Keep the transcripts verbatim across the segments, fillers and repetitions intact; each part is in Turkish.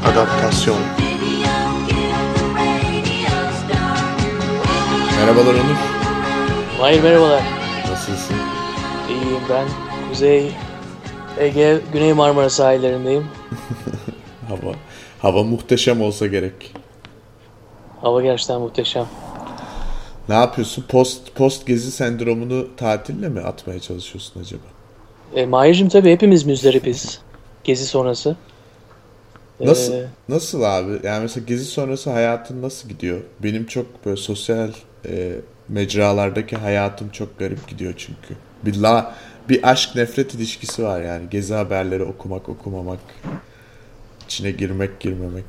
Adaptasyon. Merhabalar Onur. Hayır, merhabalar. Nasılsın? İyiyim ben. Kuzey Ege, Güney Marmara sahillerindeyim. Hava hava muhteşem olsa gerek. Hava gerçekten muhteşem. Ne yapıyorsun? Post post gezi sendromunu tatille mi atmaya çalışıyorsun acaba? E, Mahir'cim tabii hepimiz müzdaripiz. Gezi sonrası. Nasıl E, nasıl abi? Yani mesela gezi sonrası hayatın nasıl gidiyor? Benim çok böyle sosyal e, mecralardaki hayatım çok garip gidiyor çünkü. Bir la bir aşk nefret ilişkisi var yani. Gezi haberleri okumak okumamak, içine girmek girmemek.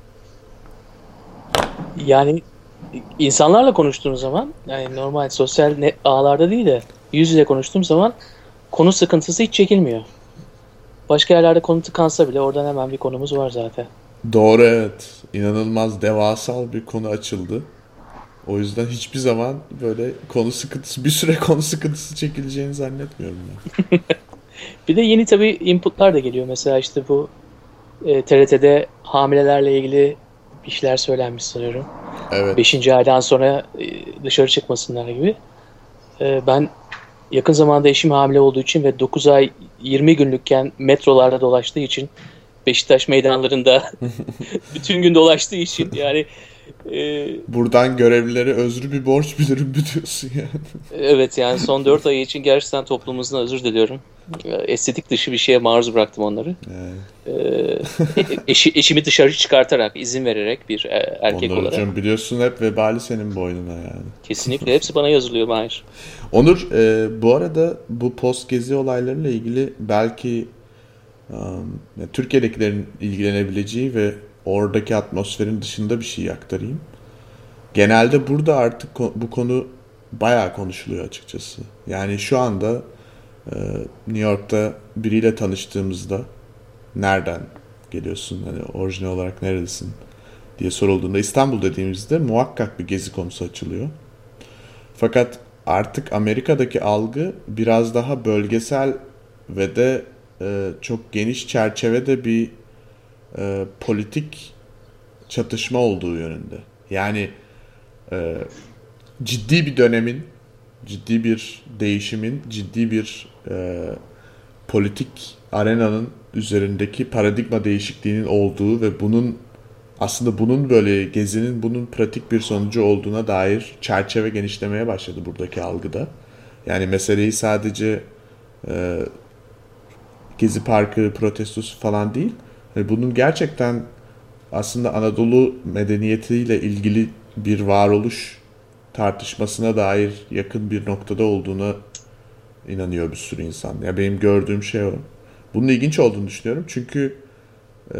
Yani insanlarla konuştuğum zaman, yani normal sosyal net ağlarda değil de yüz yüze konuştuğum zaman konu sıkıntısı hiç çekilmiyor. Başka yerlerde konu tıkansa bile oradan hemen bir konumuz var zaten. Doğru, evet. İnanılmaz devasal bir konu açıldı. O yüzden hiçbir zaman böyle konu sıkıntısı, bir süre konu sıkıntısı çekileceğini zannetmiyorum ben. Bir de yeni tabii inputlar da geliyor. Mesela işte bu e, T R T'de hamilelerle ilgili bir şeyler söylenmiş sanıyorum. Evet. Beşinci aydan sonra e, dışarı çıkmasınlar gibi. E, ben yakın zamanda eşim hamile olduğu için ve dokuz ay yirmi günlükken metrolarda dolaştığı için, Beşiktaş meydanlarında bütün gün dolaştığı için yani e, Buradan görevlilere özrü bir borç bilirim diyorsun yani. evet, yani son dört ay için gerçekten toplumumuzdan özür diliyorum. E, Estetik dışı bir şeye maruz bıraktım onları. Yani. E, e- eşi, eşimi dışarı çıkartarak, izin vererek bir e, erkek olarak. Onurcuğum, biliyorsun hep vebali senin boynuna yani. Kesinlikle hepsi bana yazılıyor Mahir. Onur, e, bu arada bu post gezi olaylarıyla ilgili belki um, ya Türkiye'dekilerin ilgilenebileceği ve oradaki atmosferin dışında bir şey aktarayım. Genelde burada artık ko- bu konu bayağı konuşuluyor açıkçası. Yani şu anda e, New York'ta biriyle tanıştığımızda nereden geliyorsun, hani orijinal olarak nerelisin diye sorulduğunda İstanbul dediğimizde muhakkak bir gezi konusu açılıyor. Fakat artık Amerika'daki algı biraz daha bölgesel ve de e, çok geniş çerçevede bir e, politik çatışma olduğu yönünde. Yani e, ciddi bir dönemin, ciddi bir değişimin, ciddi bir e, politik arenanın üzerindeki paradigma değişikliğinin olduğu ve bunun aslında bunun böyle gezinin bunun pratik bir sonucu olduğuna dair çerçeve genişlemeye başladı buradaki algıda. Yani meseleyi sadece e, Gezi Parkı protestosu falan değil. Yani bunun gerçekten aslında Anadolu medeniyetiyle ilgili bir varoluş tartışmasına dair yakın bir noktada olduğuna inanıyor bir sürü insan. Ya yani benim gördüğüm şey o. Bunun ilginç olduğunu düşünüyorum çünkü e,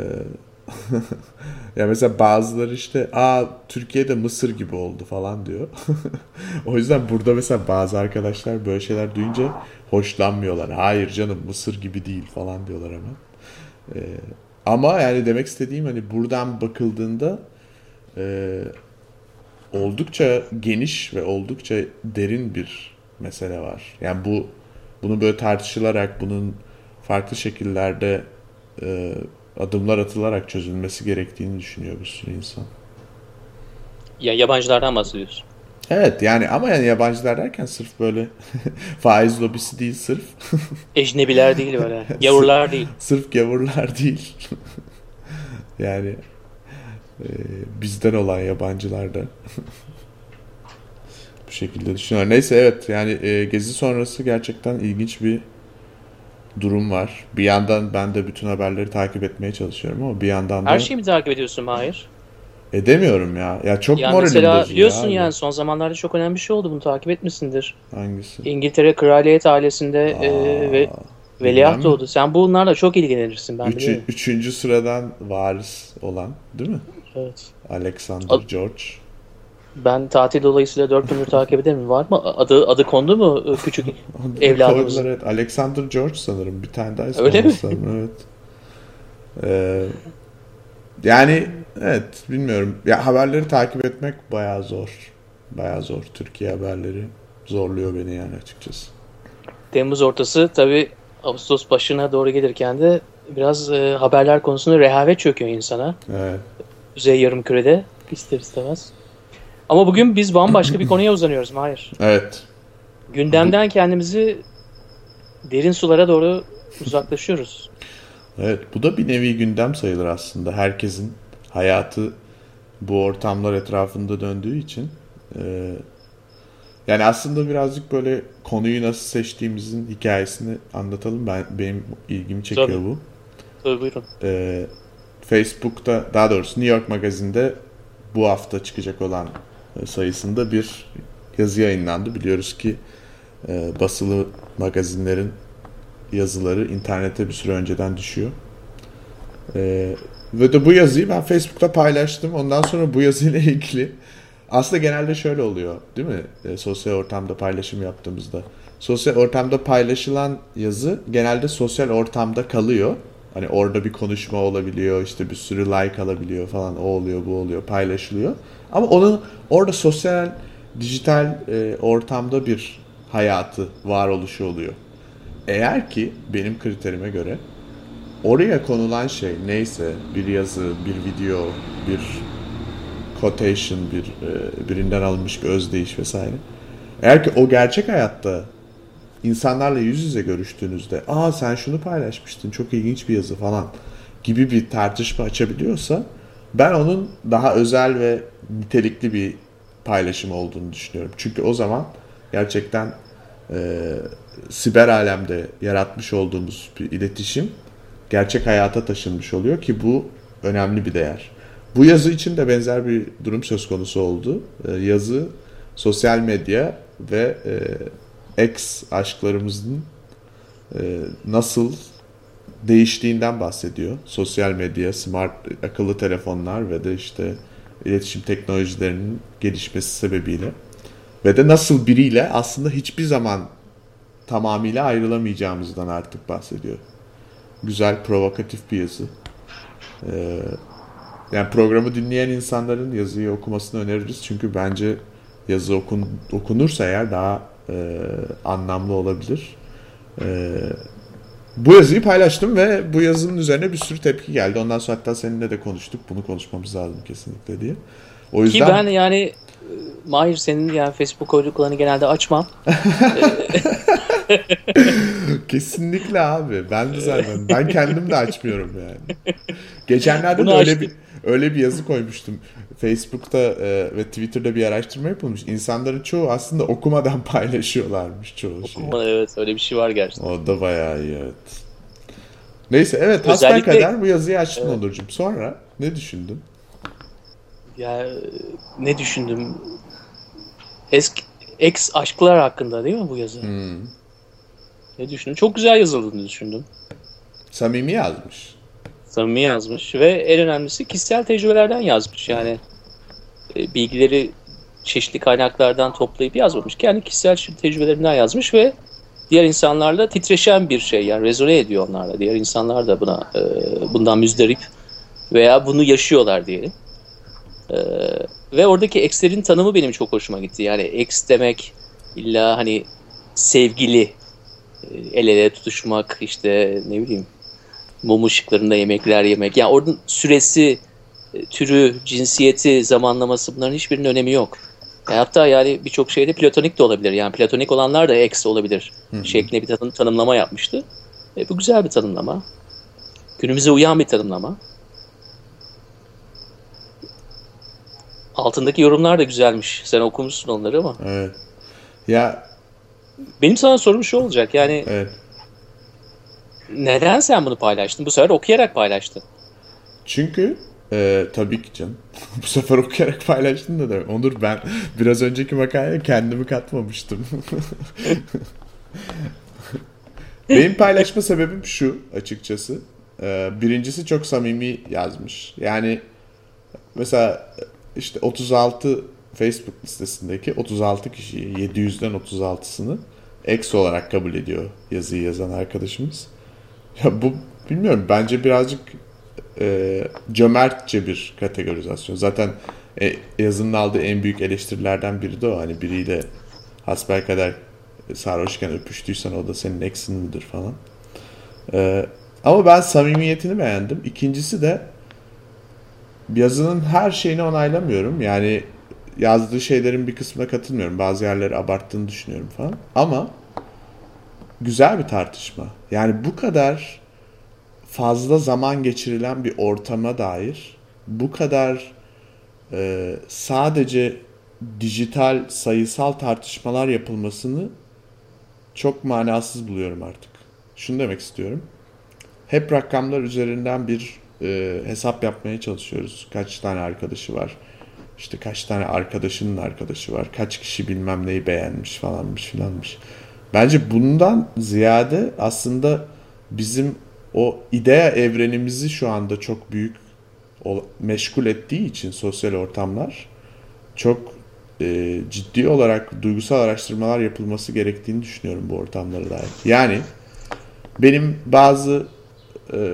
ya mesela bazıları işte aa Türkiye'de Mısır gibi oldu falan diyor. O yüzden burada mesela bazı arkadaşlar böyle şeyler duyunca hoşlanmıyorlar. Hayır canım, Mısır gibi değil falan diyorlar hemen. Ee, ama yani demek istediğim, hani buradan bakıldığında e, oldukça geniş ve oldukça derin bir mesele var. Yani bu bunu böyle tartışılarak, bunun farklı şekillerde e, adımlar atılarak çözülmesi gerektiğini düşünüyor bir sürü insan. Ya yabancılardan bahsediyorsun. Evet yani, ama yani yabancılar derken sırf böyle faiz lobisi değil, sırf Ecnebiler değil böyle. sırf, Gavurlar değil. sırf gavurlar değil. Yani e, bizden olan yabancılar da bu şekilde düşünüyorlar. Neyse, evet yani e, gezi sonrası gerçekten ilginç bir durum var. Bir yandan ben de bütün haberleri takip etmeye çalışıyorum ama bir yandan Her da şeyi mi takip ediyorsun Mahir? edemiyorum ya. Ya çok Yani moralim mesela bozuluyor biliyorsun, abi. yani son zamanlarda çok önemli bir şey oldu, bunu takip etmişsindir. Hangisi? İngiltere kraliyet ailesinde e, ve Aa, bilmem veliaht mi? doğdu. Sen bunlarla çok ilgilenirsin, ben Üçü, biliyorum. üçüncü sıradan varis olan değil mi? Evet. Alexander A- George. Ben tatil dolayısıyla dört gündür takip ederim. Var mı? Adı adı kondu mu e, küçük Adını koydular, evladımızın? evet. Alexander George sanırım. Bir tane daha ismi Öyle mi? olması lazım. Evet. Ee, yani evet, bilmiyorum. Ya haberleri takip etmek bayağı zor. Bayağı zor. Türkiye haberleri zorluyor beni yani açıkçası. Temmuz ortası tabii, Ağustos başına doğru gelirken de biraz e, haberler konusunda rehavet çöküyor insana. Evet. Kuzey Yarımküre'de ister istemez. Ama bugün biz bambaşka bir konuya uzanıyoruz Mahir. Evet. Gündemden kendimizi derin sulara doğru uzaklaşıyoruz. Evet, bu da bir nevi gündem sayılır aslında. Herkesin hayatı bu ortamlar etrafında döndüğü için. Ee, yani aslında birazcık böyle konuyu nasıl seçtiğimizin hikayesini anlatalım. Ben benim ilgimi çekiyor Tabii. bu. Tabii buyurun. Ee, Facebook'ta, daha doğrusu New York Magazine'de bu hafta çıkacak olan sayısında bir yazı yayınlandı. Biliyoruz ki e, basılı magazinlerin yazıları internete bir süre önceden düşüyor. Ee, ve de bu yazıyı ben Facebook'ta paylaştım. Ondan sonra bu yazıyla ilgili aslında genelde şöyle oluyor, değil mi? E, sosyal ortamda paylaşım yaptığımızda. Sosyal ortamda paylaşılan yazı genelde sosyal ortamda kalıyor. Hani orada bir konuşma olabiliyor, işte bir sürü like alabiliyor falan, o oluyor, bu oluyor, paylaşılıyor. Ama onun orada sosyal, dijital e, ortamda bir hayatı, varoluşu oluyor. Eğer ki benim kriterime göre oraya konulan şey neyse, bir yazı, bir video, bir quotation, bir e, birinden alınmış bir özdeyiş vesaire. Eğer ki o gerçek hayatta insanlarla yüz yüze görüştüğünüzde, aa sen şunu paylaşmıştın, çok ilginç bir yazı falan gibi bir tartışma açabiliyorsa, ben onun daha özel ve nitelikli bir paylaşım olduğunu düşünüyorum. Çünkü o zaman gerçekten e, siber alemde yaratmış olduğumuz bir iletişim gerçek hayata taşınmış oluyor ki bu önemli bir değer. Bu yazı için de benzer bir durum söz konusu oldu. E, yazı sosyal medya ve e, X aşklarımızın e, nasıl değiştiğinden bahsediyor. Sosyal medya, smart akıllı telefonlar ve de işte iletişim teknolojilerinin gelişmesi sebebiyle ve de nasıl biriyle aslında hiçbir zaman tamamıyla ayrılamayacağımızdan artık bahsediyor. Güzel, provokatif bir yazı. Ee, yani programı dinleyen insanların yazıyı okumasını öneririz. Çünkü bence yazı okun, okunursa eğer daha e, anlamlı olabilir. E, bu yazıyı paylaştım ve bu yazının üzerine bir sürü tepki geldi. Ondan sonra hatta seninle de konuştuk. Bunu konuşmamız lazım kesinlikle diye. O yüzden... Ki ben yani Mahir senin yani Facebook uygulamalarını genelde açmam. Kesinlikle abi. Ben de zaten. Ben kendim de açmıyorum yani. Geçenlerde Bunu de öyle açtım. bir öyle bir yazı koymuştum. Facebook'ta e, ve Twitter'da bir araştırma yapılmış. İnsanların çoğu aslında okumadan paylaşıyorlarmış çoğu şeyi. Okuma, evet öyle bir şey var gerçekten. O da bayağı iyi, evet. Neyse, evet, Özellikle hasbelkader bu yazıyı açtın evet, Onurcuğum. Sonra ne düşündün? ya ne düşündüm? Eski ex aşklar hakkında değil mi bu yazı? Hmm. Ne düşündüm? Çok güzel yazıldığını düşündüm. Samimi yazmış. Samimi yazmış ve en önemlisi kişisel tecrübelerden yazmış. Yani e, bilgileri çeşitli kaynaklardan toplayıp yazmamış. Kendi kişisel tecrübelerinden yazmış ve diğer insanlarla titreşen bir şey, yani rezone ediyor onlarla. Diğer insanlar da buna e, bundan müzdarip veya bunu yaşıyorlar diyelim. E, ve oradaki ex'lerin tanımı benim çok hoşuma gitti. Yani ex demek illa hani sevgili, e, el ele tutuşmak, işte ne bileyim mum ışıklarında yemekler yemek. Yani orada süresi, türü, cinsiyeti, zamanlaması, bunların hiçbirinin önemi yok. Yani hatta yani birçok şeyde platonik de olabilir. Yani platonik olanlar da ex olabilir Hı hı. şeklinde bir tanım, tanımlama yapmıştı. E, bu güzel bir tanımlama. Günümüze uyan bir tanımlama. Altındaki yorumlar da güzelmiş. Sen okumuşsun onları ama. Evet. Ya, Benim sana sorum şu olacak. Yani evet. neden sen bunu paylaştın? Bu sefer okuyarak paylaştın. Çünkü e, tabii ki canım. Bu sefer okuyarak paylaştın da demek. Onur, ben biraz önceki makaleye kendimi katmamıştım. Benim paylaşma sebebim şu açıkçası. E, birincisi çok samimi yazmış. Yani mesela işte otuz altı Facebook listesindeki otuz altı kişiyi, yedi yüzden otuz altısını ex olarak kabul ediyor yazıyı yazan arkadaşımız. Ya bu, bilmiyorum, bence birazcık e, cömertçe bir kategorizasyon. Zaten e, yazının aldığı en büyük eleştirilerden biri de o. Hani biriyle hasbelkader sarhoşken öpüştüysen o da senin ex'in midir falan. E, Ama ben samimiyetini beğendim. İkincisi de yazının her şeyini onaylamıyorum. Yani yazdığı şeylerin bir kısmına katılmıyorum. Bazı yerleri abarttığını düşünüyorum falan. Ama güzel bir tartışma. Yani bu kadar fazla zaman geçirilen bir ortama dair bu kadar e, sadece dijital sayısal tartışmalar yapılmasını çok manasız buluyorum artık. Şunu demek istiyorum. Hep rakamlar üzerinden bir e, hesap yapmaya çalışıyoruz. Kaç tane arkadaşı var? İşte kaç tane arkadaşının arkadaşı var? Kaç kişi bilmem neyi beğenmiş falanmış filanmış. Bence bundan ziyade aslında bizim o idea evrenimizi şu anda çok büyük meşgul ettiği için sosyal ortamlar çok e, ciddi olarak duygusal araştırmalar yapılması gerektiğini düşünüyorum bu ortamlara dair. Yani benim bazı e,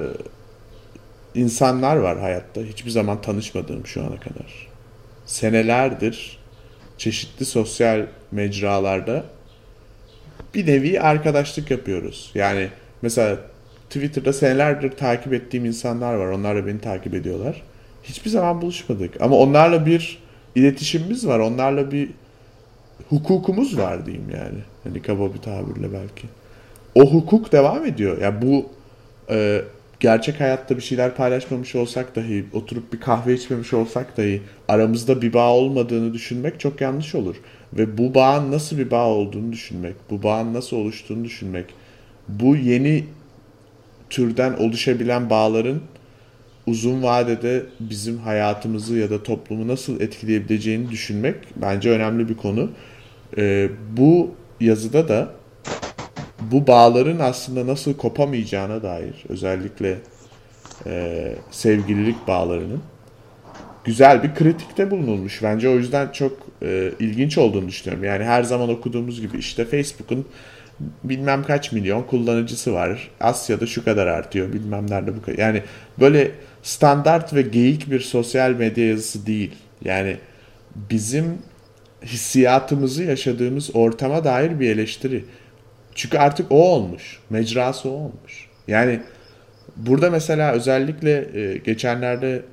insanlar var hayatta hiçbir zaman tanışmadığım şu ana kadar. Senelerdir çeşitli sosyal mecralarda bir nevi arkadaşlık yapıyoruz. Yani mesela Twitter'da senelerdir takip ettiğim insanlar var. Onlar da beni takip ediyorlar. Hiçbir zaman buluşmadık. Ama onlarla bir iletişimimiz var. Onlarla bir hukukumuz var diyeyim yani. Hani kaba bir tabirle belki. O hukuk devam ediyor. Ya yani bu e, gerçek hayatta bir şeyler paylaşmamış olsak dahi, oturup bir kahve içmemiş olsak dahi aramızda bir bağ olmadığını düşünmek çok yanlış olur. Ve bu bağın nasıl bir bağ olduğunu düşünmek, bu bağın nasıl oluştuğunu düşünmek, bu yeni türden oluşabilen bağların uzun vadede bizim hayatımızı ya da toplumu nasıl etkileyebileceğini düşünmek bence önemli bir konu. Ee, bu yazıda da bu bağların aslında nasıl kopamayacağına dair, özellikle e, sevgililik bağlarının güzel bir kritikte bulunulmuş. Bence o yüzden çok e, ilginç olduğunu düşünüyorum. Yani her zaman okuduğumuz gibi işte Facebook'un bilmem kaç milyon kullanıcısı var. Asya'da şu kadar artıyor. Bilmem nerede bu kadar. Yani böyle standart ve geyik bir sosyal medya yazısı değil. Yani bizim hissiyatımızı yaşadığımız ortama dair bir eleştiri. Çünkü artık o olmuş. Mecrası o olmuş. Yani burada mesela özellikle e, geçenlerde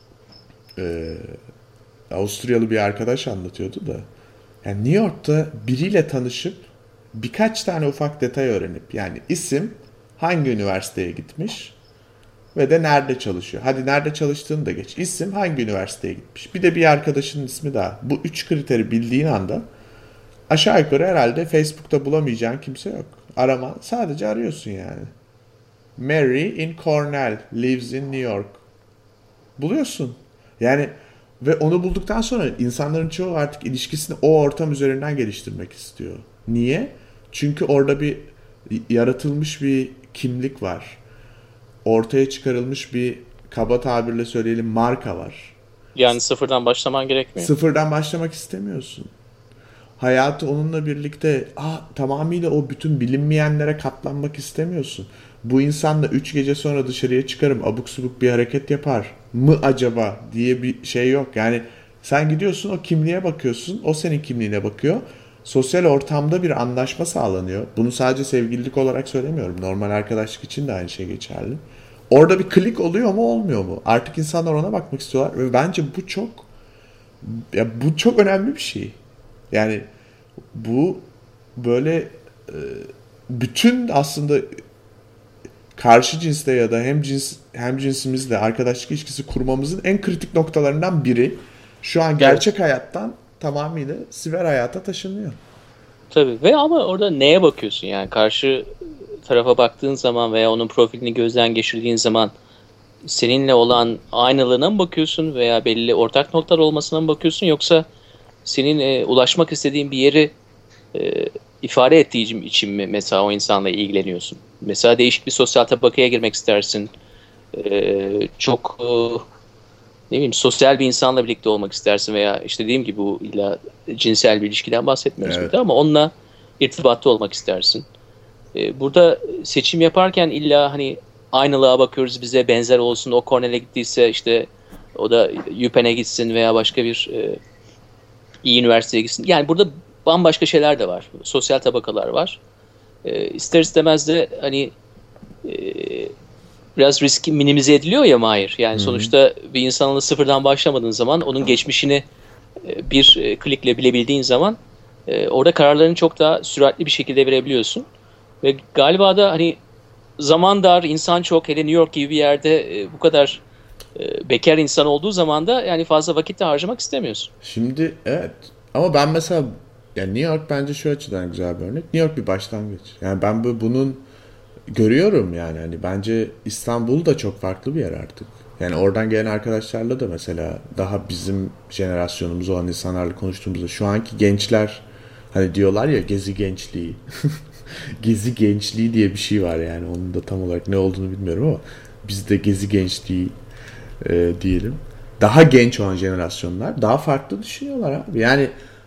e, Avusturyalı bir arkadaş anlatıyordu da yani New York'ta biriyle tanışıp birkaç tane ufak detay öğrenip yani isim, hangi üniversiteye gitmiş ve de nerede çalışıyor. Hadi nerede çalıştığını da geç. İsim, hangi üniversiteye gitmiş. Bir de bir arkadaşının ismi daha. Bu üç kriteri bildiğin anda aşağı yukarı herhalde Facebook'ta bulamayacağın kimse yok. Arama, sadece arıyorsun yani. Mary in Cornell, lives in New York. Buluyorsun. Yani ve onu bulduktan sonra insanların çoğu artık ilişkisini o ortam üzerinden geliştirmek istiyor. Niye? Çünkü orada bir yaratılmış bir kimlik var. Ortaya çıkarılmış bir, kaba tabirle söyleyelim, marka var. Yani sıfırdan başlaman gerekmiyor. Sıfırdan başlamak istemiyorsun. Hayatı onunla birlikte ah, tamamıyla o bütün bilinmeyenlere katlanmak istemiyorsun. Bu insanla üç gece sonra dışarıya çıkarım, abuk subuk bir hareket yapar mı acaba diye bir şey yok. Yani sen gidiyorsun, o kimliğe bakıyorsun, o senin kimliğine bakıyor. Sosyal ortamda bir anlaşma sağlanıyor. Bunu sadece sevgililik olarak söylemiyorum. Normal arkadaşlık için de aynı şey geçerli. Orada bir klik oluyor mu olmuyor mu? Artık insanlar ona bakmak istiyorlar ve bence bu çok ya bu çok önemli bir şey. Yani bu böyle bütün aslında karşı cinsle ya da hem cins hem cinsimizle arkadaşlık ilişkisi kurmamızın en kritik noktalarından biri şu an gerçek evet. hayattan tamamıyla siber hayata taşınıyor. Tabii ve ama orada neye bakıyorsun yani karşı tarafa baktığın zaman veya onun profilini gözden geçirdiğin zaman seninle olan aynılığına mı bakıyorsun veya belli ortak noktalar olmasına mı bakıyorsun yoksa senin e, ulaşmak istediğin bir yeri e, ifade ettiği için mi mesela o insanla ilgileniyorsun? Mesela değişik bir sosyal tabakaya girmek istersin. E, çok e, ne bileyim sosyal bir insanla birlikte olmak istersin veya işte dediğim gibi bu illa cinsel bir ilişkiden bahsetmiyoruz evet. burada ama onunla irtibatta olmak istersin. E, burada seçim yaparken illa hani aynılığa bakıyoruz bize benzer olsun o Cornell'e gittiyse işte o da UPenn'e gitsin veya başka bir e, iyi üniversiteye gitsin. Yani burada bambaşka şeyler de var. Sosyal tabakalar var. E, ister istemez de hani e, biraz risk minimize ediliyor ya Mahir. Yani Hı-hı. sonuçta bir insanla sıfırdan başlamadığın zaman onun geçmişini bir klikle bilebildiğin zaman orada kararlarını çok daha süratli bir şekilde verebiliyorsun. Ve galiba da hani zaman dar, insan çok, hele New York gibi bir yerde bu kadar bekar insan olduğu zaman da yani fazla vakit de harcamak istemiyorsun. Şimdi evet, ama ben mesela yani New York bence şu açıdan güzel bir örnek. New York bir başlangıç. Yani ben bu bunun görüyorum yani hani bence İstanbul da çok farklı bir yer artık. Yani oradan gelen arkadaşlarla da mesela daha bizim jenerasyonumuz olan insanlarla konuştuğumuzda şu anki gençler hani diyorlar ya gezi gençliği. Gezi gençliği diye bir şey var yani. Onun da tam olarak ne olduğunu bilmiyorum ama biz de gezi gençliği e, diyelim. Daha genç olan jenerasyonlar daha farklı düşünüyorlar abi. Yani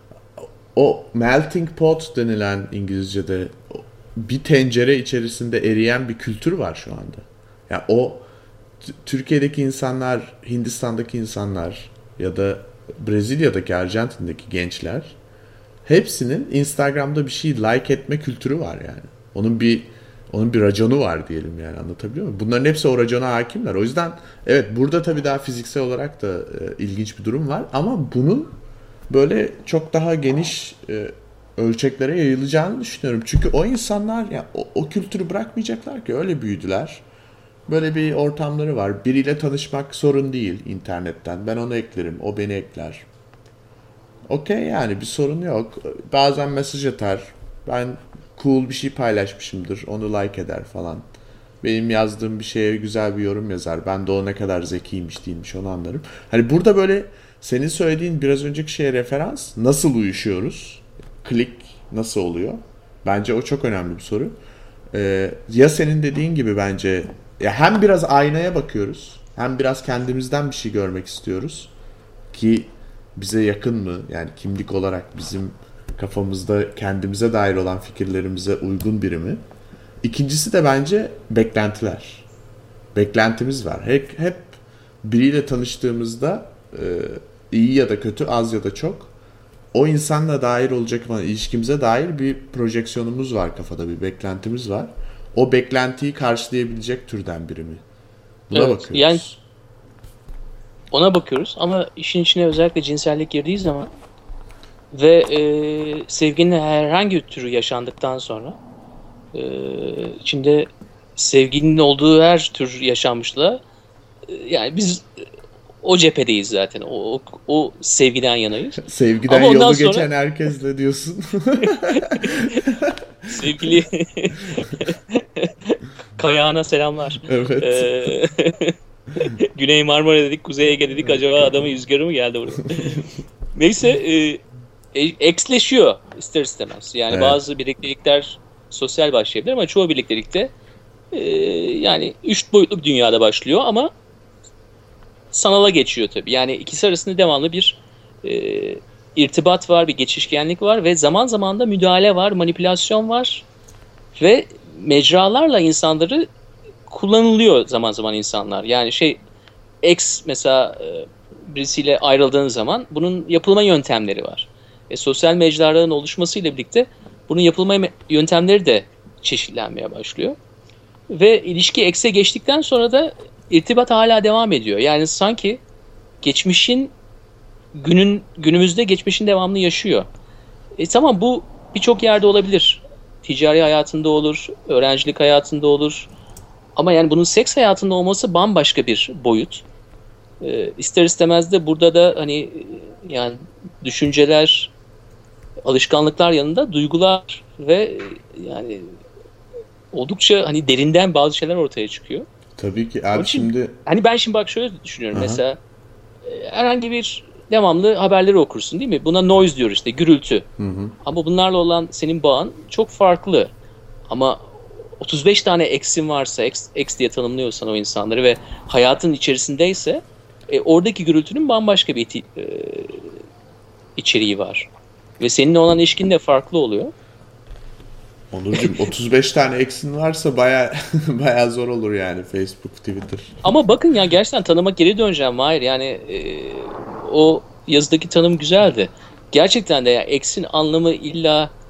o melting pot denilen İngilizce'de bir tencere içerisinde eriyen bir kültür var şu anda. Yani o Türkiye'deki insanlar, Hindistan'daki insanlar ya da Brezilya'daki, Arjantin'deki gençler hepsinin Instagram'da bir şey like etme kültürü var yani. Onun bir onun bir raconu var diyelim yani, anlatabiliyor muyum? Bunların hepsi o racona hakimler. O yüzden evet, burada tabii daha fiziksel olarak da e, ilginç bir durum var ama bunun böyle çok daha geniş e, ölçeklere yayılacağını düşünüyorum. Çünkü o insanlar ya o, o kültürü bırakmayacaklar ki, öyle büyüdüler. Böyle bir ortamları var. Biriyle tanışmak sorun değil internetten. Ben onu eklerim, o beni ekler. Okey yani, bir sorun yok. Bazen mesaj atar. Ben cool bir şey paylaşmışımdır. Onu like eder falan. Benim yazdığım bir şeye güzel bir yorum yazar. Ben de o ne kadar zekiymiş değilmiş onu anlarım. Hani burada böyle senin söylediğin biraz önceki şeye referans. Nasıl uyuşuyoruz? Klik nasıl oluyor? Bence o çok önemli bir soru. Ee, ya senin dediğin gibi bence ya hem biraz aynaya bakıyoruz, hem biraz kendimizden bir şey görmek istiyoruz ki bize yakın mı? Yani kimlik olarak bizim kafamızda kendimize dair olan fikirlerimize uygun biri mi? İkincisi de bence beklentiler. Beklentimiz var. Hep, hep biriyle tanıştığımızda e, iyi ya da kötü, az ya da çok, o insanla dair olacak olan ilişkimize dair bir projeksiyonumuz var kafada, bir beklentimiz var. O beklentiyi karşılayabilecek türden biri mi? Buna evet, bakıyoruz. Yani ona bakıyoruz ama işin içine özellikle cinsellik girdiği zaman ve e, sevginin herhangi bir türü yaşandıktan sonra e, içinde sevginin olduğu her tür yaşanmışlığa e, yani biz o cephedeyiz zaten. O, o, o sevgiden yanayız. Sevgiden ama yolu sonra... geçen herkesle diyorsun. Sevgili Kayağına selamlar. Evet. Ee, Güney Marmara dedik, Kuzey Ege dedik. Acaba adamın rüzgarı mı geldi buraya? Neyse, e, eksleşiyor ister istemez. Yani evet. Bazı birliktelikler sosyal başlayabilir ama çoğu birliktelikte e, yani üç boyutlu bir dünyada başlıyor ama sanala geçiyor tabii. Yani ikisi arasında devamlı bir e, irtibat var, bir geçişkenlik var ve zaman zaman da müdahale var, manipülasyon var ve mecralarla insanları kullanılıyor zaman zaman insanlar. Yani şey, ex mesela e, birisiyle ayrıldığın zaman bunun yapılma yöntemleri var. E, sosyal mecraların oluşmasıyla birlikte bunun yapılma yöntemleri de çeşitlenmeye başlıyor. Ve ilişki ex'e geçtikten sonra da irtibat hala devam ediyor. Yani sanki geçmişin günün günümüzde geçmişin devamlı yaşıyor. E tamam, bu birçok yerde olabilir. Ticari hayatında olur, öğrencilik hayatında olur. Ama yani bunun seks hayatında olması bambaşka bir boyut. E, ister istemez de burada da hani yani düşünceler, alışkanlıklar yanında duygular ve yani oldukça hani derinden bazı şeyler ortaya çıkıyor. Tabii ki. Abi için, şimdi hani ben şimdi bak şöyle düşünüyorum. Aha. Mesela herhangi bir devamlı haberleri okursun değil mi? Buna noise diyoruz işte, gürültü. Hı hı. Ama bunlarla olan senin bağın çok farklı. Ama otuz beş tane eksin varsa, ex, ex diye tanımlıyorsan o insanları ve hayatın içerisindeyse e, oradaki gürültünün bambaşka bir eti, e, içeriği var. Ve seninle olan ilişkin de farklı oluyor. Onurcuğum, otuz beş tane eksin varsa baya baya zor olur yani Facebook, Twitter. Ama bakın ya, gerçekten tanıma geri döneceğim. Hayır yani e, o yazıdaki tanım güzeldi. Gerçekten de ya, eksin anlamı illa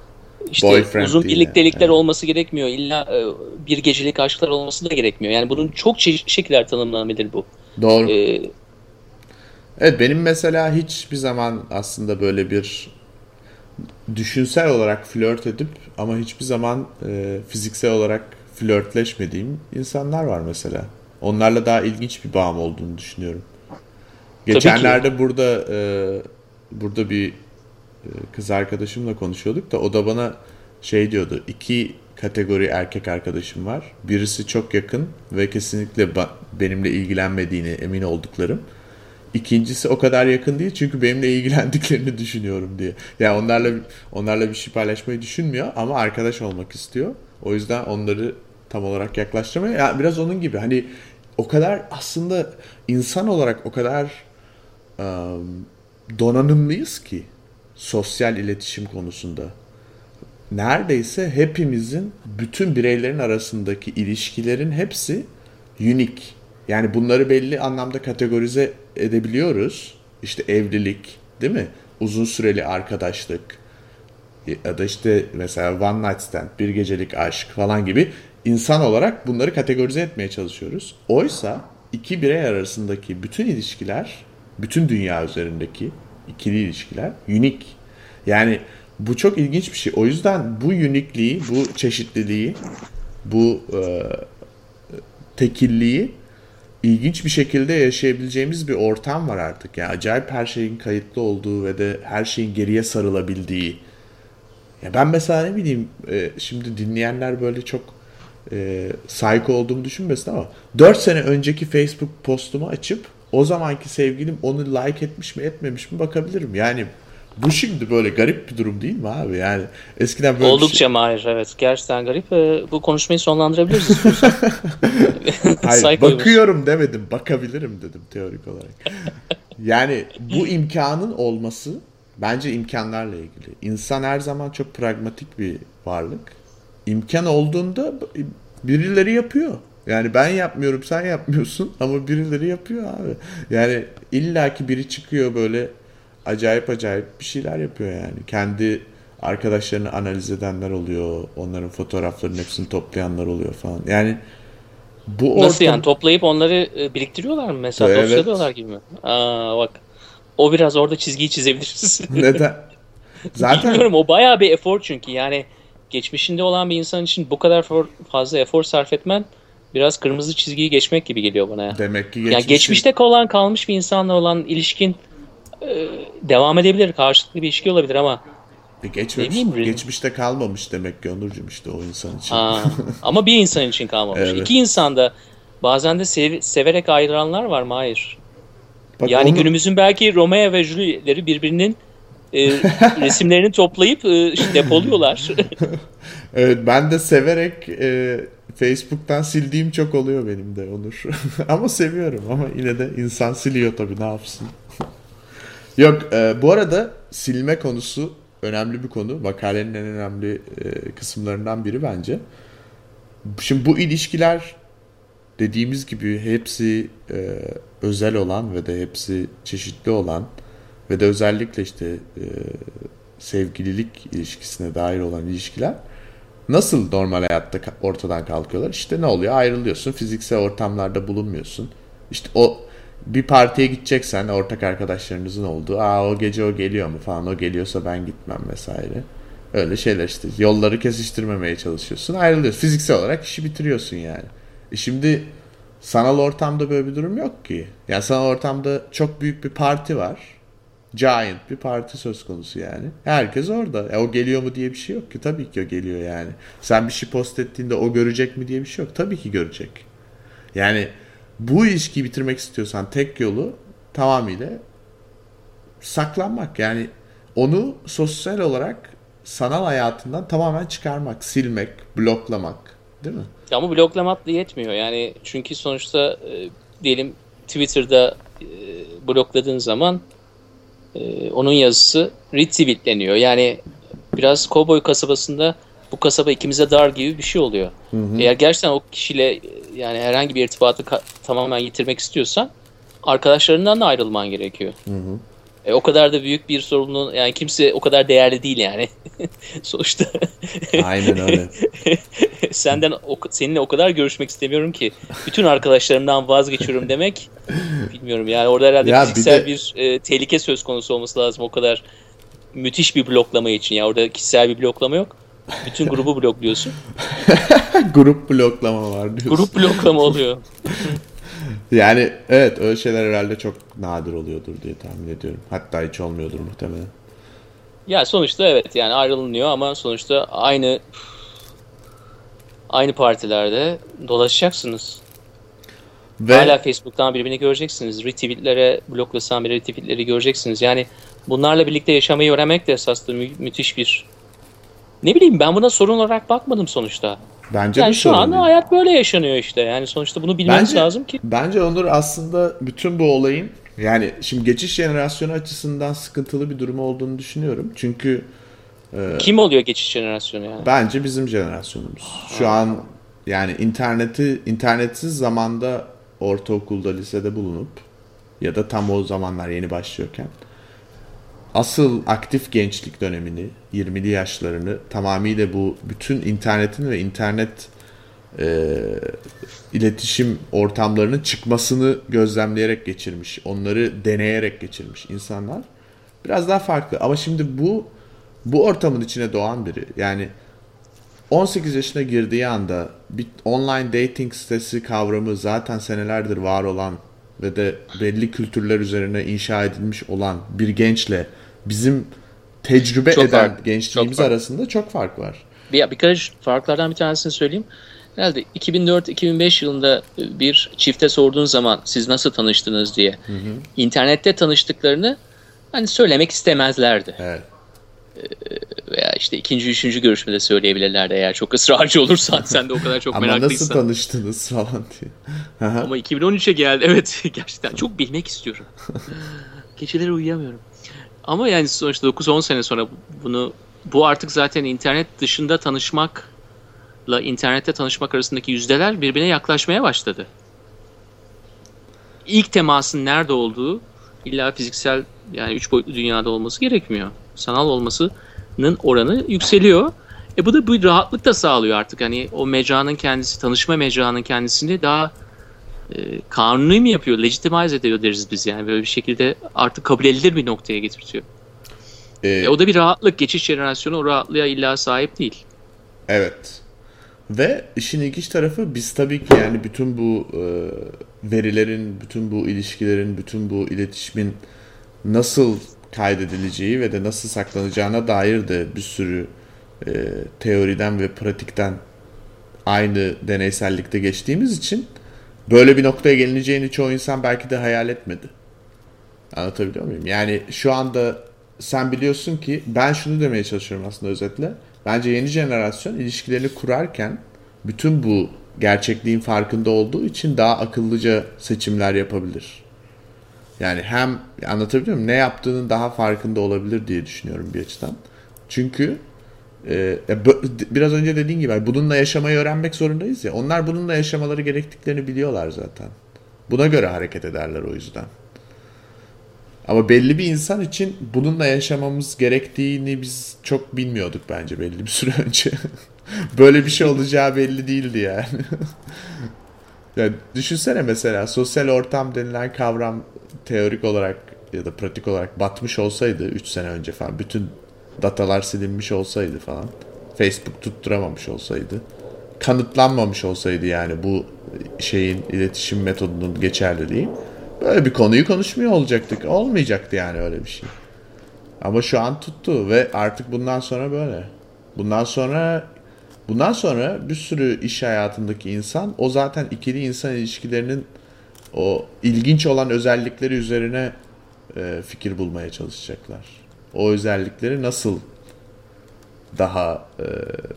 işte uzun değil birliktelikler yani. olması gerekmiyor. İlla e, bir gecelik aşklar olması da gerekmiyor. Yani bunun çok çeşitli şekiller tanımlanabilir bu. Doğru. E, Evet, benim mesela hiçbir zaman aslında böyle bir düşünsel olarak flört edip ama hiçbir zaman e, fiziksel olarak flörtleşmediğim insanlar var mesela. Onlarla daha ilginç bir bağım olduğunu düşünüyorum. tabii ki. Geçenlerde burada e, burada bir e, kız arkadaşımla konuşuyorduk da o da bana şey diyordu. İki kategori erkek arkadaşım var. Birisi çok yakın ve kesinlikle ba- benimle ilgilenmediğini emin olduklarım. İkincisi o kadar yakın değil çünkü benimle ilgilendiklerini düşünüyorum diye. Yani onlarla onlarla bir şey paylaşmayı düşünmüyor ama arkadaş olmak istiyor. O yüzden onları tam olarak yaklaştırmıyor. Ya biraz onun gibi hani o kadar aslında insan olarak o kadar um, donanımlıyız ki sosyal iletişim konusunda. Neredeyse hepimizin bütün bireylerin arasındaki ilişkilerin hepsi unique. Yani bunları belli anlamda kategorize edebiliyoruz. İşte evlilik, değil mi? Uzun süreli arkadaşlık ya da işte mesela one night stand, bir gecelik aşk falan gibi insan olarak bunları kategorize etmeye çalışıyoruz. Oysa iki birey arasındaki bütün ilişkiler, bütün dünya üzerindeki ikili ilişkiler unique. Yani bu çok ilginç bir şey. O yüzden bu unikliği, bu çeşitliliği, bu e, tekilliği ilginç bir şekilde yaşayabileceğimiz bir ortam var artık. Yani acayip her şeyin kayıtlı olduğu ve de her şeyin geriye sarılabildiği. Ya ben mesela ne bileyim e, şimdi dinleyenler böyle çok e, psycho olduğumu düşünmesin ama dört sene önceki Facebook postumu açıp o zamanki sevgilim onu like etmiş mi etmemiş mi bakabilirim. Yani bu şimdi böyle garip bir durum değil mi abi? Yani eskiden böyle Oldukça bir şey... Mahir, evet. Gerçekten garip. Ee, bu konuşmayı sonlandırabiliriz istiyorsan. Hayır, bakıyorum demedim. Bakabilirim dedim teorik olarak. Yani bu imkanın olması bence imkanlarla ilgili. İnsan her zaman çok pragmatik bir varlık. İmkan olduğunda birileri yapıyor. Yani ben yapmıyorum, sen yapmıyorsun ama birileri yapıyor abi. Yani illaki biri çıkıyor böyle acayip acayip bir şeyler yapıyor yani. Kendi arkadaşlarını analiz edenler oluyor. Onların fotoğraflarının hepsini toplayanlar oluyor falan. Yani bu Nasıl ortam... yani? Toplayıp onları e, biriktiriyorlar mı mesela? Dosyalıyorlar Evet. gibi mi? Aa, bak. O biraz orada çizgiyi çizebiliriz. Neden? Zaten Bilmiyorum, o bayağı bir efor çünkü. Yani geçmişinde olan bir insan için bu kadar for, fazla efor sarf etmen biraz kırmızı çizgiyi geçmek gibi geliyor bana ya. demek ki Yani geçmişin geçmişte kalan kalmış bir insanla olan ilişkin e, devam edebilir. Karşılıklı bir ilişki olabilir ama e, ne geçmemiş, bileyim. geçmişte kalmamış demek ki Onurcuğum işte o insan için. Aa, ama bir insan için kalmamış. Evet. İki insan da bazen de sev- severek ayrılanlar var mı? Hayır. Bak Yani onu günümüzün belki Romeo ve Julie'leri birbirinin e, resimlerini toplayıp e, işte depoluyorlar. evet, ben de severek e, Facebook'tan sildiğim çok oluyor benim de Onur. Ama seviyorum ama yine de insan siliyor tabii ne yapsın. Yok e, bu arada silme konusu önemli bir konu. Makalenin en önemli e, kısımlarından biri bence. Şimdi bu ilişkiler dediğimiz gibi hepsi e, özel olan ve de hepsi çeşitli olan ve de özellikle işte e, sevgililik ilişkisine dair olan ilişkiler nasıl normal hayatta ortadan kalkıyorlar? İşte ne oluyor? Ayrılıyorsun, fiziksel ortamlarda bulunmuyorsun. İşte o bir partiye gideceksen ortak arkadaşlarınızın olduğu, aa o gece o geliyor mu falan, o geliyorsa ben gitmem vesaire. Öyle şeyler işte. Yolları kesiştirmemeye çalışıyorsun. Ayrılıyorsun. Fiziksel olarak işi bitiriyorsun yani. E şimdi sanal ortamda böyle bir durum yok ki. Yani sanal ortamda çok büyük bir parti var. Giant bir parti söz konusu yani. Herkes orada. E o geliyor mu diye bir şey yok ki. Tabii ki o geliyor yani. Sen bir şey post ettiğinde o görecek mi diye bir şey yok. Tabii ki görecek. Yani bu ilişkiyi bitirmek istiyorsan tek yolu tamamıyla saklanmak. Yani onu sosyal olarak sanal hayatından tamamen çıkarmak, silmek, bloklamak. Değil mi? Ama bloklamak da yetmiyor. Yani çünkü sonuçta e, diyelim Twitter'da e, blokladığın zaman e, onun yazısı retweetleniyor. Yani biraz kovboy kasabasında bu kasaba ikimize dar gibi bir şey oluyor. Hı hı. Eğer gerçekten o kişiyle yani herhangi bir irtibatı ka- tamamen yitirmek istiyorsan arkadaşlarından da ayrılman gerekiyor. Hı hı. E, o kadar da büyük bir sorumluluğun, yani kimse o kadar değerli değil yani. Sonuçta. Aynen öyle. Senden o, seninle o kadar görüşmek istemiyorum ki bütün arkadaşlarımdan vazgeçiyorum demek. Bilmiyorum yani, orada herhalde Ya fiziksel bir, de... bir e, tehlike söz konusu olması lazım o kadar müthiş bir bloklama için. Ya orada kişisel bir bloklama yok. Bütün grubu blokluyorsun. Grup bloklama var diyorsun. Grup bloklama oluyor. Yani evet, öyle şeyler herhalde çok nadir oluyordur diye tahmin ediyorum. Hatta hiç olmuyordur muhtemelen. Ya sonuçta evet, yani ayrılınıyor ama sonuçta aynı aynı partilerde dolaşacaksınız. Ve Hala Facebook'tan birbirini göreceksiniz. Retweetlere, bloklasan bir retweetleri göreceksiniz. Yani bunlarla birlikte yaşamayı öğrenmek de esasında mü- müthiş bir... Ne bileyim, ben buna sorun olarak bakmadım sonuçta. bence de Yani şu sorun an değil. hayat böyle yaşanıyor işte. Yani sonuçta bunu bilmemiz Bence, lazım ki. bence Onur, aslında bütün bu olayın, yani şimdi geçiş jenerasyonu açısından sıkıntılı bir durum olduğunu düşünüyorum. Çünkü Kim oluyor geçiş jenerasyonu yani? bence bizim jenerasyonumuz. Şu an yani interneti internetsiz zamanda ortaokulda, lisede bulunup ya da tam o zamanlar yeni başlıyorken asıl aktif gençlik dönemini, yirmili yaşlarını tamamıyla bu bütün internetin ve internet e, iletişim ortamlarının çıkmasını gözlemleyerek geçirmiş, onları deneyerek geçirmiş insanlar biraz daha farklı. Ama şimdi bu bu ortamın içine doğan biri, yani on sekiz yaşına girdiği anda bir online dating sitesi kavramı zaten senelerdir var olan ve de belli kültürler üzerine inşa edilmiş olan bir gençle bizim tecrübe Çok eden farklı. gençliğimiz Çok farklı. arasında çok fark var. Bir, birkaç farklardan bir tanesini söyleyeyim. Herhalde iki bin dört iki bin beş yılında bir çifte sorduğun zaman siz nasıl tanıştınız diye, hı hı, internette tanıştıklarını hani söylemek istemezlerdi. Evet. Veya işte ikinci, üçüncü görüşmede söyleyebilirlerdi eğer çok ısrarcı olursan, sen de o kadar çok Ama meraklıysan. nasıl tanıştınız falan diye. Ama iki bin on üçe geldi. Evet, gerçekten çok bilmek istiyorum. Geceleri uyuyamıyorum. Ama yani sonuçta dokuz on sene sonra bunu, bu artık zaten internet dışında tanışmakla internette tanışmak arasındaki yüzdeler birbirine yaklaşmaya başladı. İlk temasın nerede olduğu illa fiziksel, yani üç boyutlu dünyada olması gerekmiyor. Sanal olmasının oranı yükseliyor. E bu da bir rahatlık da sağlıyor artık. Hani o mecranın kendisi, tanışma mecranın kendisini daha e, kanuni mi yapıyor, legitimize ediyor deriz biz yani. Böyle bir şekilde artık kabul edilir bir noktaya getiriyor. Ee, e, o da bir rahatlık. Geçiş jenerasyonu o rahatlığa illa sahip değil. Evet. Ve işin ilginç tarafı, biz tabii ki yani bütün bu e, verilerin, bütün bu ilişkilerin, bütün bu iletişimin nasıl kaydedileceği ve de nasıl saklanacağına dair de bir sürü e, teoriden ve pratikten aynı deneysellikte geçtiğimiz için böyle bir noktaya gelineceğini çoğu insan belki de hayal etmedi. Anlatabiliyor muyum? Yani şu anda sen biliyorsun ki, ben şunu demeye çalışıyorum aslında özetle. Bence yeni jenerasyon ilişkilerini kurarken bütün bu gerçekliğin farkında olduğu için daha akıllıca seçimler yapabilir. Yani hem anlatabiliyor muyum? Ne yaptığının daha farkında olabilir diye düşünüyorum bir açıdan. Çünkü e, biraz önce dediğin gibi bununla yaşamayı öğrenmek zorundayız ya. Onlar bununla yaşamaları gerektiklerini biliyorlar zaten. Buna göre hareket ederler o yüzden. Ama belli bir insan için bununla yaşamamız gerektiğini biz çok bilmiyorduk bence belli bir süre önce. Böyle bir şey olacağı belli değildi yani. Yani düşünsene mesela sosyal ortam denilen kavram teorik olarak ya da pratik olarak batmış olsaydı üç sene önce falan, bütün datalar silinmiş olsaydı falan, Facebook tutturamamış olsaydı, kanıtlanmamış olsaydı yani bu şeyin, iletişim metodunun geçerliliği, böyle bir konuyu konuşmuyor olacaktık. Olmayacaktı yani öyle bir şey. Ama şu an tuttu ve artık bundan sonra böyle. Bundan sonra bundan sonra bir sürü iş hayatındaki insan o zaten ikili insan ilişkilerinin o ilginç olan özellikleri üzerine e, fikir bulmaya çalışacaklar. O özellikleri nasıl daha e,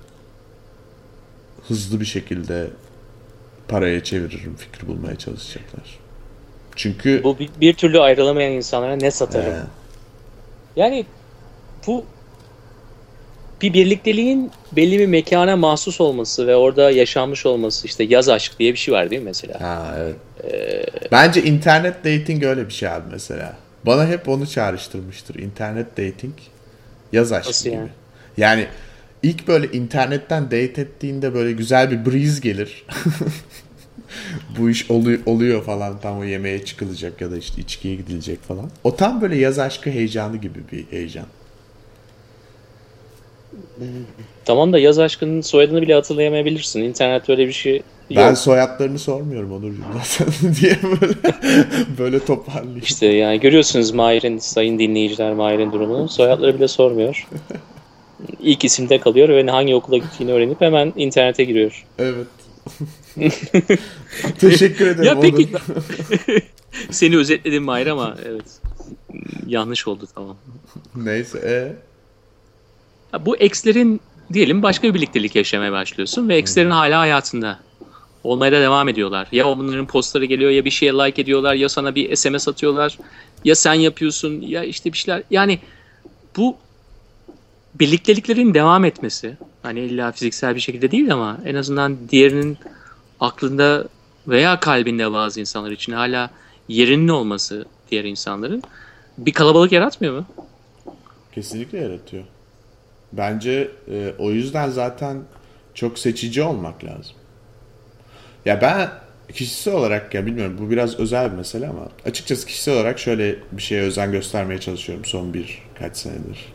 hızlı bir şekilde paraya çeviririm fikir bulmaya çalışacaklar. Çünkü bu bir, bir türlü ayrılamayan insanlara ne satarım? Ee. Yani bu bir birlikteliğin belli bir mekana mahsus olması ve orada yaşanmış olması, işte yaz aşk diye bir şey var değil mi mesela? Ha evet. Ee... Bence internet dating öyle bir şey abi mesela. Bana hep onu çağrıştırmıştır. İnternet dating yaz aşkı Nasıl gibi. yani? Yani ilk böyle internetten date ettiğinde böyle güzel bir breeze gelir. Bu iş oluyor, oluyor falan, tam o yemeğe çıkılacak ya da işte içkiye gidilecek falan. O tam böyle yaz aşkı heyecanı gibi bir heyecan. Tamam da yaz aşkının soyadını bile hatırlayamayabilirsin. İnternette öyle bir şey yok. Ben soyadlarını sormuyorum Onurcuğum zaten diye böyle böyle toparlayayım. İşte yani görüyorsunuz Mahir'in, sayın dinleyiciler, Mahir'in durumunu. Soyadları bile sormuyor. İlk isimde kalıyor ve hangi okula gittiğini öğrenip hemen internete giriyor. Evet. Teşekkür ederim. Ya peki seni özetledim Mahir ama evet yanlış oldu, tamam. Neyse. E? Ya bu ex'lerin diyelim başka bir birliktelik yaşamaya başlıyorsun ve ex'lerin hala hayatında. Olmaya da devam ediyorlar. Ya onların postları geliyor, ya bir şeye like ediyorlar, ya sana bir S M S atıyorlar, ya sen yapıyorsun, ya işte bir şeyler. Yani bu birlikteliklerin devam etmesi, hani illa fiziksel bir şekilde değil ama en azından diğerinin aklında veya kalbinde bazı insanlar için hala yerinin olması, diğer insanların bir kalabalık yaratmıyor mu? Kesinlikle yaratıyor. Bence e, o yüzden zaten çok seçici olmak lazım. Ya ben kişisel olarak, ya bilmiyorum, bu biraz özel bir mesele ama açıkçası kişisel olarak şöyle bir şeye özen göstermeye çalışıyorum son birkaç senedir.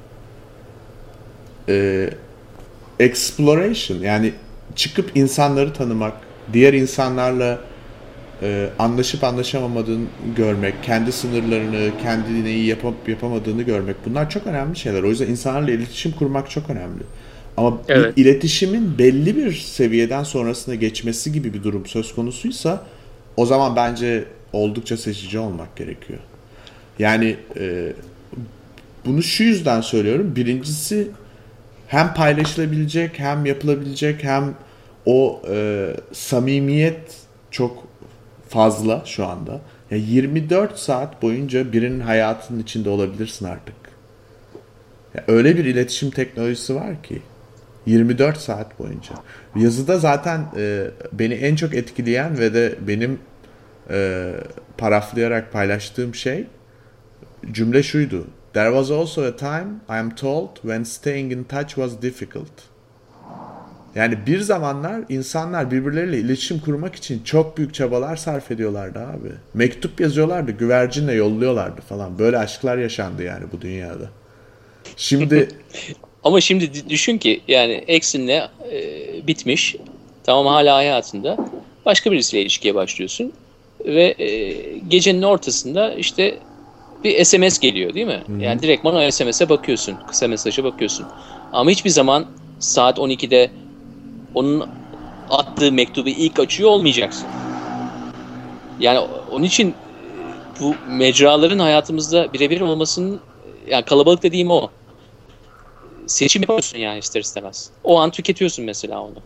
Ee, exploration, yani çıkıp insanları tanımak, diğer insanlarla e, anlaşıp anlaşamamadığını görmek, kendi sınırlarını, kendi neyi yapıp yapamadığını görmek, bunlar çok önemli şeyler. O yüzden insanlarla iletişim kurmak çok önemli. Ama Evet. bir iletişimin belli bir seviyeden sonrasına geçmesi gibi bir durum söz konusuysa o zaman bence oldukça seçici olmak gerekiyor. Yani e, bunu şu yüzden söylüyorum. Birincisi, hem paylaşılabilecek, hem yapılabilecek, hem o e, samimiyet çok fazla şu anda. Ya yirmi dört saat boyunca birinin hayatının içinde olabilirsin artık. Ya öyle bir iletişim teknolojisi var ki yirmi dört saat boyunca. Yazıda zaten e, beni en çok etkileyen ve de benim e, paraflayarak paylaştığım şey, cümle şuydu: There was also a time, I am told, when staying in touch was difficult. Yani bir zamanlar insanlar birbirleriyle iletişim kurmak için çok büyük çabalar sarf ediyorlardı abi. Mektup yazıyorlardı, güvercinle yolluyorlardı falan. Böyle aşklar yaşandı yani bu dünyada. Şimdi Ama şimdi düşün ki yani ex'inle e, bitmiş, tamam, hala hayatında, başka birisiyle ilişkiye başlıyorsun ve e, gecenin ortasında işte bir S M S geliyor, değil mi? Hı-hı. Yani direktman o S M S'e bakıyorsun, kısa mesaja bakıyorsun. Ama hiçbir zaman saat on ikide onun attığı mektubu ilk açıyor olmayacaksın. Yani onun için bu mecraların hayatımızda birebir olmasının, yani kalabalık dediğim o. Seçim yapıyorsun yani ister istemez. O an tüketiyorsun mesela onu.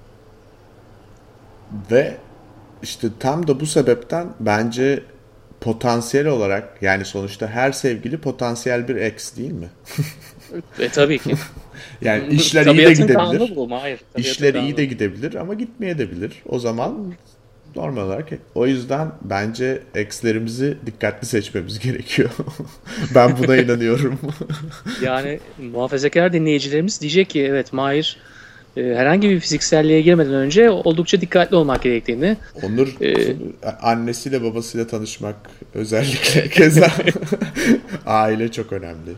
Ve işte tam da bu sebepten bence potansiyel olarak, yani sonuçta her sevgili potansiyel bir ex değil mi? E tabii ki. Yani işler iyi de gidebilir. Bu, hayır, İşler iyi de gidebilir ama gitmeyebilir. O zaman normal olarak. O yüzden bence ex'lerimizi dikkatli seçmemiz gerekiyor. Ben buna inanıyorum. Yani muhafazakar dinleyicilerimiz diyecek ki evet, Mahir e, herhangi bir fizikselliğe girmeden önce oldukça dikkatli olmak gerektiğini. Onur Ee, annesiyle babasıyla tanışmak özellikle keza aile çok önemli.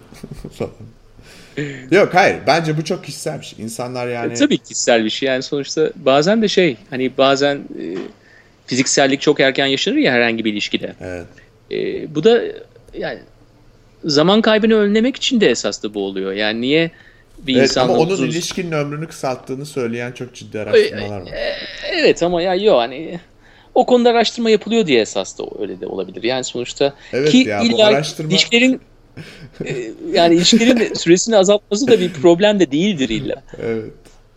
Yok, hayır, bence bu çok kişisel bir şey. İnsanlar yani... E, tabii kişisel bir şey yani, sonuçta bazen de şey, hani bazen e, fiziksellik çok erken yaşanır ya herhangi bir ilişkide. Evet. E, bu da yani zaman kaybını önlemek için de esas da bu oluyor. Yani niye bir evet, insanla ama onun uzun... ilişkinin ömrünü kısalttığını söyleyen çok ciddi araştırmalar var. E, evet ama ya yok, hani o konuda araştırma yapılıyor diye esas da öyle de olabilir. Yani sonuçta evet, ki ya, bu illa araştırma... ilişkilerin e, yani ilişkilerin süresini azaltması da bir problem de değildir illa. Evet.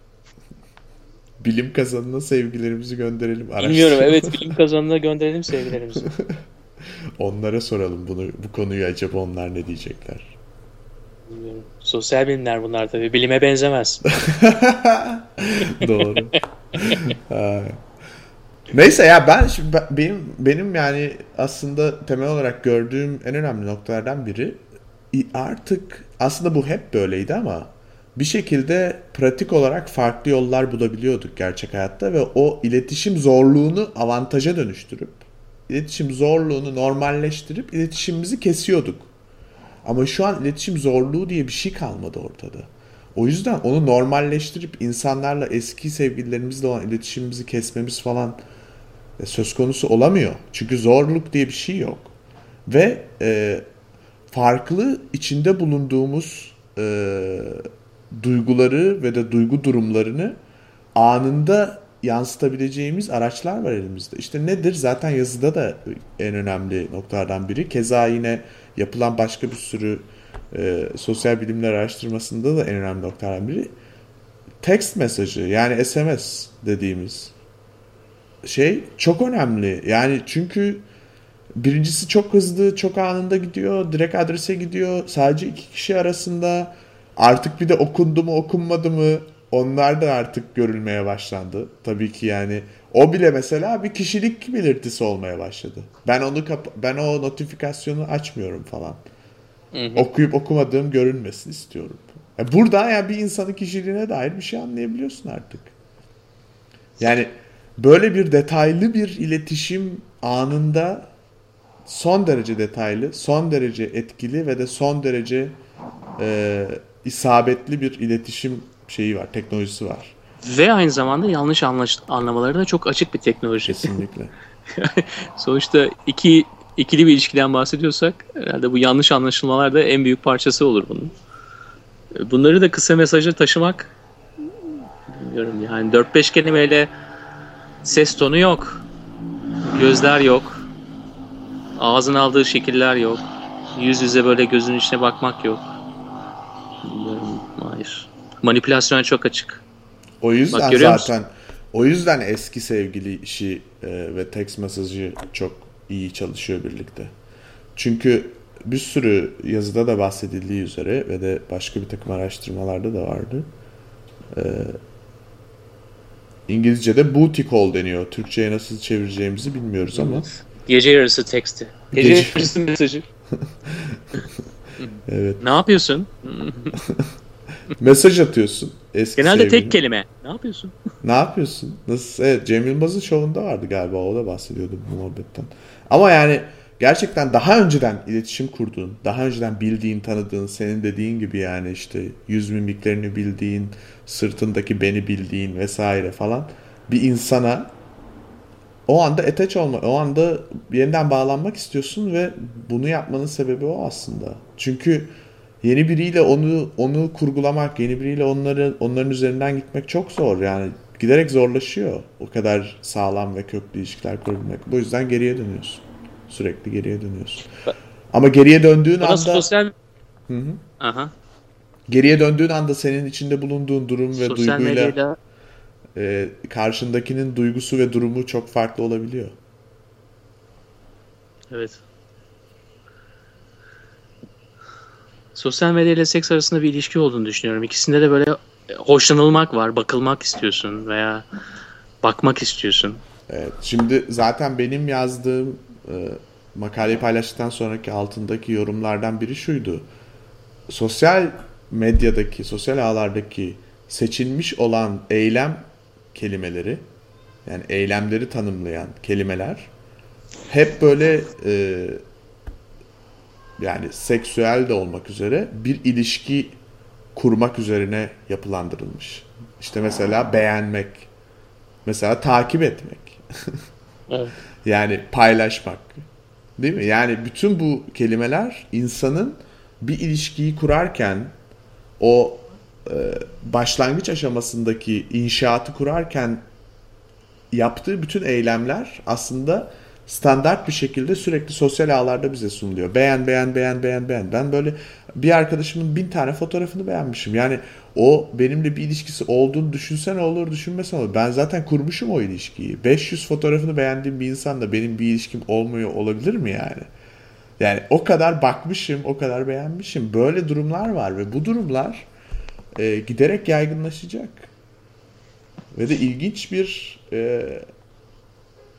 Bilim kazanına sevgilerimizi gönderelim. Bilmiyorum, evet, bilim kazanına gönderelim sevgilerimizi. Onlara soralım bunu, bu konuyu, acaba onlar ne diyecekler? Bilmiyorum. Sosyal bilimler bunlar tabii. Bilime benzemez. Doğru. Neyse ya ben, şimdi ben- benim benim yani aslında temel olarak gördüğüm en önemli noktalardan biri, i- artık aslında bu hep böyleydi ama bir şekilde pratik olarak farklı yollar bulabiliyorduk gerçek hayatta ve o iletişim zorluğunu avantaja dönüştürüp iletişim zorluğunu normalleştirip iletişimimizi kesiyorduk. Ama şu an iletişim zorluğu diye bir şey kalmadı ortada. O yüzden onu normalleştirip insanlarla, eski sevgililerimizle olan iletişimimizi kesmemiz falan e, söz konusu olamıyor. Çünkü zorluk diye bir şey yok. Ve e, farklı içinde bulunduğumuz e, duyguları ve de duygu durumlarını anında yansıtabileceğimiz araçlar var elimizde. İşte nedir? Zaten yazıda da en önemli noktalardan biri. Keza yine yapılan başka bir sürü e, sosyal bilimler araştırmasında da en önemli noktalardan biri text mesajı, yani S M S dediğimiz şey çok önemli. Yani çünkü birincisi çok hızlı, çok anında gidiyor, direkt adrese gidiyor. Sadece iki kişi arasında, artık bir de okundu mu okunmadı mı, onlar da artık görülmeye başlandı. Tabii ki yani o bile mesela bir kişilik belirtisi olmaya başladı. Ben onu kap- ben o notifikasyonu açmıyorum falan. Hı hı. Okuyup okumadığım görünmesini istiyorum. Ya burada yani bir insanın kişiliğine dair bir şey anlayabiliyorsun artık. Yani böyle bir detaylı bir iletişim anında, son derece detaylı, son derece etkili ve de son derece e, isabetli bir iletişim şeyi var, teknolojisi var. Ve aynı zamanda yanlış anlaş- anlamaları da çok açık bir teknoloji. Kesinlikle. Sonuçta iki ikili bir ilişkiden bahsediyorsak herhalde bu yanlış anlaşılmalar da en büyük parçası olur bunun. Bunları da kısa mesaja taşımak, bilmiyorum yani dört beş kelimeyle ses tonu yok, gözler yok, ağzın aldığı şekiller yok, yüz yüze böyle gözün içine bakmak yok. Bilmiyorum, hayır. Manipülasyona çok açık. O yüzden Bak, görüyor musun? zaten o yüzden eski sevgili işi e, ve text mesajı çok iyi çalışıyor birlikte. Çünkü bir sürü yazıda da bahsedildiği üzere ve de başka bir takım araştırmalarda da vardı. E, İngilizce'de booty call deniyor. Türkçe'ye nasıl çevireceğimizi bilmiyoruz ama. Gece yarısı teksti. Gece, Gece- yarısı mesajı. Evet. Ne yapıyorsun? Mesaj atıyorsun eski Genelde sevgiline. tek kelime. Ne yapıyorsun? Ne yapıyorsun? Nasıl? Evet, Cem Yılmaz'ın şovunda vardı galiba. O da bahsediyordu bu muhabbetten. Ama yani gerçekten daha önceden iletişim kurduğun, daha önceden bildiğin, tanıdığın, senin dediğin gibi yani işte yüz mimiklerini bildiğin, sırtındaki beni bildiğin vesaire falan bir insana o anda attach olma, o anda yeniden bağlanmak istiyorsun ve bunu yapmanın sebebi o aslında. Çünkü yeni biriyle onu onu kurgulamak, yeni biriyle onları onların üzerinden gitmek çok zor. Yani giderek zorlaşıyor. O kadar sağlam ve köklü ilişkiler kurabilmek. Bu yüzden geriye dönüyorsun. Sürekli geriye dönüyorsun. Ama geriye döndüğün Bana anda sosyal... Hı hı. Aha. geriye döndüğün anda senin içinde bulunduğun durum ve Sosyal duyguyla medyayla e, karşındakinin duygusu ve durumu çok farklı olabiliyor. evet. Sosyal medya ile seks arasında bir ilişki olduğunu düşünüyorum. İkisinde de böyle hoşlanılmak var, bakılmak istiyorsun veya bakmak istiyorsun. Evet, şimdi zaten benim yazdığım e, makaleyi paylaştıktan sonraki altındaki yorumlardan biri şuydu. Sosyal medyadaki, sosyal ağlardaki seçilmiş olan eylem kelimeleri, yani eylemleri tanımlayan kelimeler hep böyle e, yani seksüel de olmak üzere bir ilişki kurmak üzerine yapılandırılmış. İşte mesela beğenmek, mesela takip etmek. Evet. Yani paylaşmak. Değil mi? Yani bütün bu kelimeler insanın bir ilişkiyi kurarken o e, başlangıç aşamasındaki inşaatı kurarken yaptığı bütün eylemler aslında standart bir şekilde sürekli sosyal ağlarda bize sunuluyor. Beğen, beğen, beğen, beğen, beğen. Ben böyle bir arkadaşımın bin tane fotoğrafını beğenmişim. Yani o benimle bir ilişkisi olduğunu düşünsen olur, düşünmesen olur. Ben zaten kurmuşum o ilişkiyi. beş yüz fotoğrafını beğendiğim bir insanla benim bir ilişkim olmuyor olabilir mi yani? Yani o kadar bakmışım, o kadar beğenmişim. Böyle durumlar var ve bu durumlar e, giderek yaygınlaşacak. Ve de ilginç bir e,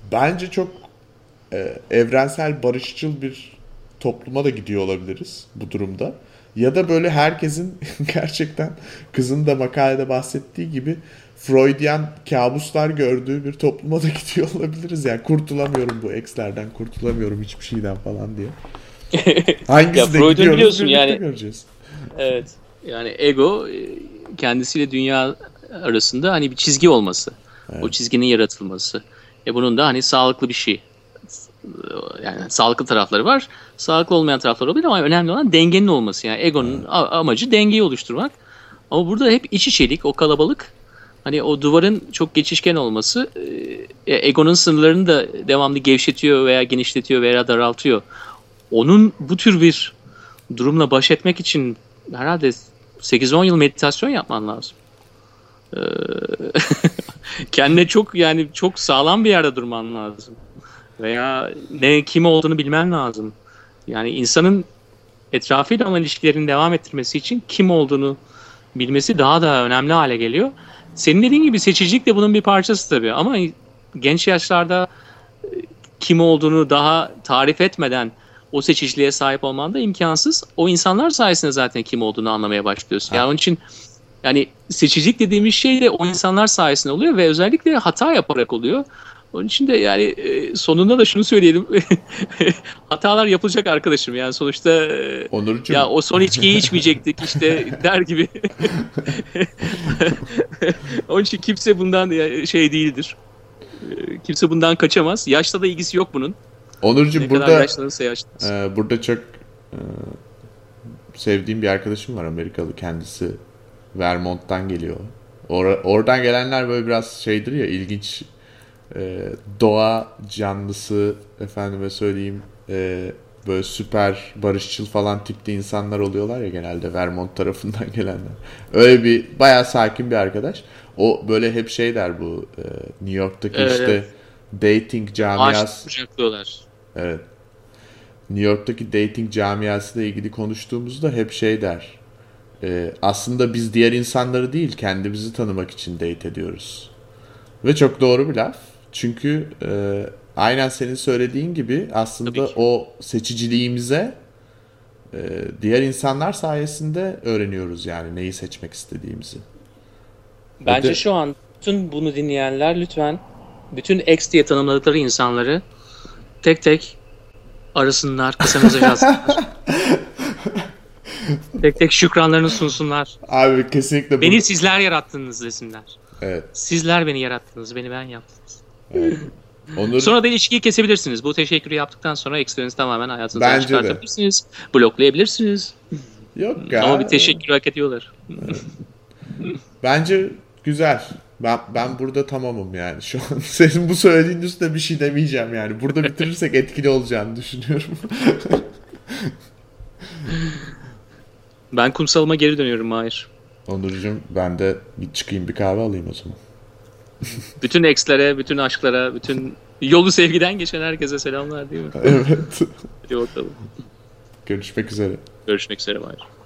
Bence çok e, evrensel barışçıl bir topluma da gidiyor olabiliriz bu durumda. Ya da böyle herkesin gerçekten kızın da makalede bahsettiği gibi Freudian kabuslar gördüğü bir topluma da gidiyor olabiliriz. Yani kurtulamıyorum bu ex'lerden, kurtulamıyorum hiçbir şeyden falan diye. Hangisi ya de Freud'un gidiyoruz biliyorsun birlikte yani. Göreceğiz. Evet. Yani ego kendisiyle dünya arasında hani bir çizgi olması. Evet. O çizginin yaratılması. E bunun da hani sağlıklı bir şey. Yani sağlıklı tarafları var. Sağlıklı olmayan tarafları olabilir ama önemli olan dengenin olması. Yani egonun evet. amacı dengeyi oluşturmak. Ama burada hep iç içelik, o kalabalık. Hani o duvarın çok geçişken olması e, egonun sınırlarını da devamlı gevşetiyor veya genişletiyor veya daraltıyor. Onun bu tür bir durumla baş etmek için herhalde sekiz on yıl meditasyon yapman lazım. Ee, kendine çok yani çok sağlam bir yerde durman lazım. Veya ne kim olduğunu bilmen lazım. Yani insanın etrafıyla olan ilişkilerini devam ettirmesi için kim olduğunu bilmesi daha da önemli hale geliyor. Senin dediğin gibi seçicilik de bunun bir parçası tabii. Ama genç yaşlarda kim olduğunu daha tarif etmeden o seçiciliğe sahip olman da imkansız. O insanlar sayesinde zaten kim olduğunu anlamaya başlıyorsun. Yani onun için yani seçicilik dediğimiz şey de o insanlar sayesinde oluyor ve özellikle hata yaparak oluyor. Onun için de yani sonunda da şunu söyleyelim. Hatalar yapılacak arkadaşım. Yani sonuçta Onurcuğum. Ya o son içkiyi içmeyecektik işte der gibi. Onun için kimse bundan şey değildir. Kimse bundan kaçamaz. Yaşla da ilgisi yok bunun. Onurcuğum ne burada e, burada çok e, sevdiğim bir arkadaşım var, Amerikalı kendisi. Vermont'tan geliyor. Or- oradan gelenler böyle biraz şeydir ya, ilginç e, doğa canlısı, efendime söyleyeyim e, böyle süper barışçıl falan tipte insanlar oluyorlar ya genelde Vermont tarafından gelenler. Öyle bir bayağı sakin bir arkadaş. O böyle hep şey der, bu e, New York'taki evet, işte dating camiası. Evet. New York'taki dating camiasıyla ilgili konuştuğumuzda hep şey der. E, aslında biz diğer insanları değil, kendimizi tanımak için date ediyoruz. Ve çok doğru bir laf. Çünkü e, aynen senin söylediğin gibi aslında o seçiciliğimize e, diğer insanlar sayesinde öğreniyoruz yani neyi seçmek istediğimizi. Bence de, şu an bütün bunu dinleyenler lütfen bütün ex diye tanımladıkları insanları tek tek arasınlar, kısa mesaj atsınlar. Tek tek şükranlarını sunsunlar. Abi kesinlikle. Beni bu... sizler yarattınız desinler. Evet. Sizler beni yarattınız, beni ben yaptınız. Evet. Onur... Sonra da ilişkiyi kesebilirsiniz. Bu teşekkürü yaptıktan sonra ekstrenizi tamamen hayatınızdan çıkartabilirsiniz. De. Bloklayabilirsiniz. Yok ya. Ama bir teşekkür hak ediyorlar. Evet. Bence güzel. Ben ben burada tamamım yani. Şu an senin bu söylediğin üstüne bir şey demeyeceğim yani. Burada bitirirsek etkili olacağını düşünüyorum. Ben kumsalıma geri dönüyorum Mahir. Onurcuğum ben de bir çıkayım bir kahve alayım o zaman. Bütün ex'lere, bütün aşklara, bütün yolu sevgiden geçen herkese selamlar değil mi? Evet. Hadi bakalım. Görüşmek üzere. Görüşmek üzere Mahir.